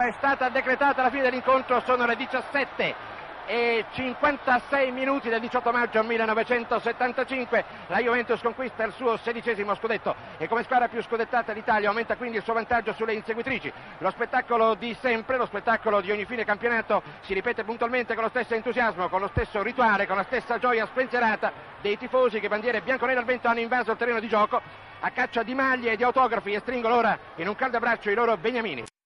È stata decretata la fine dell'incontro, sono le 17:56 minuti del 18 maggio 1975. La Juventus conquista il suo 16° scudetto e come squadra più scudettata d'Italia aumenta quindi il suo vantaggio sulle inseguitrici. Lo spettacolo di sempre, lo spettacolo di ogni fine campionato si ripete puntualmente con lo stesso entusiasmo, con lo stesso rituale, con la stessa gioia spensierata dei tifosi che bandiere bianconere al vento hanno invaso il terreno di gioco a caccia di maglie e di autografi e stringono ora in un caldo abbraccio i loro beniamini.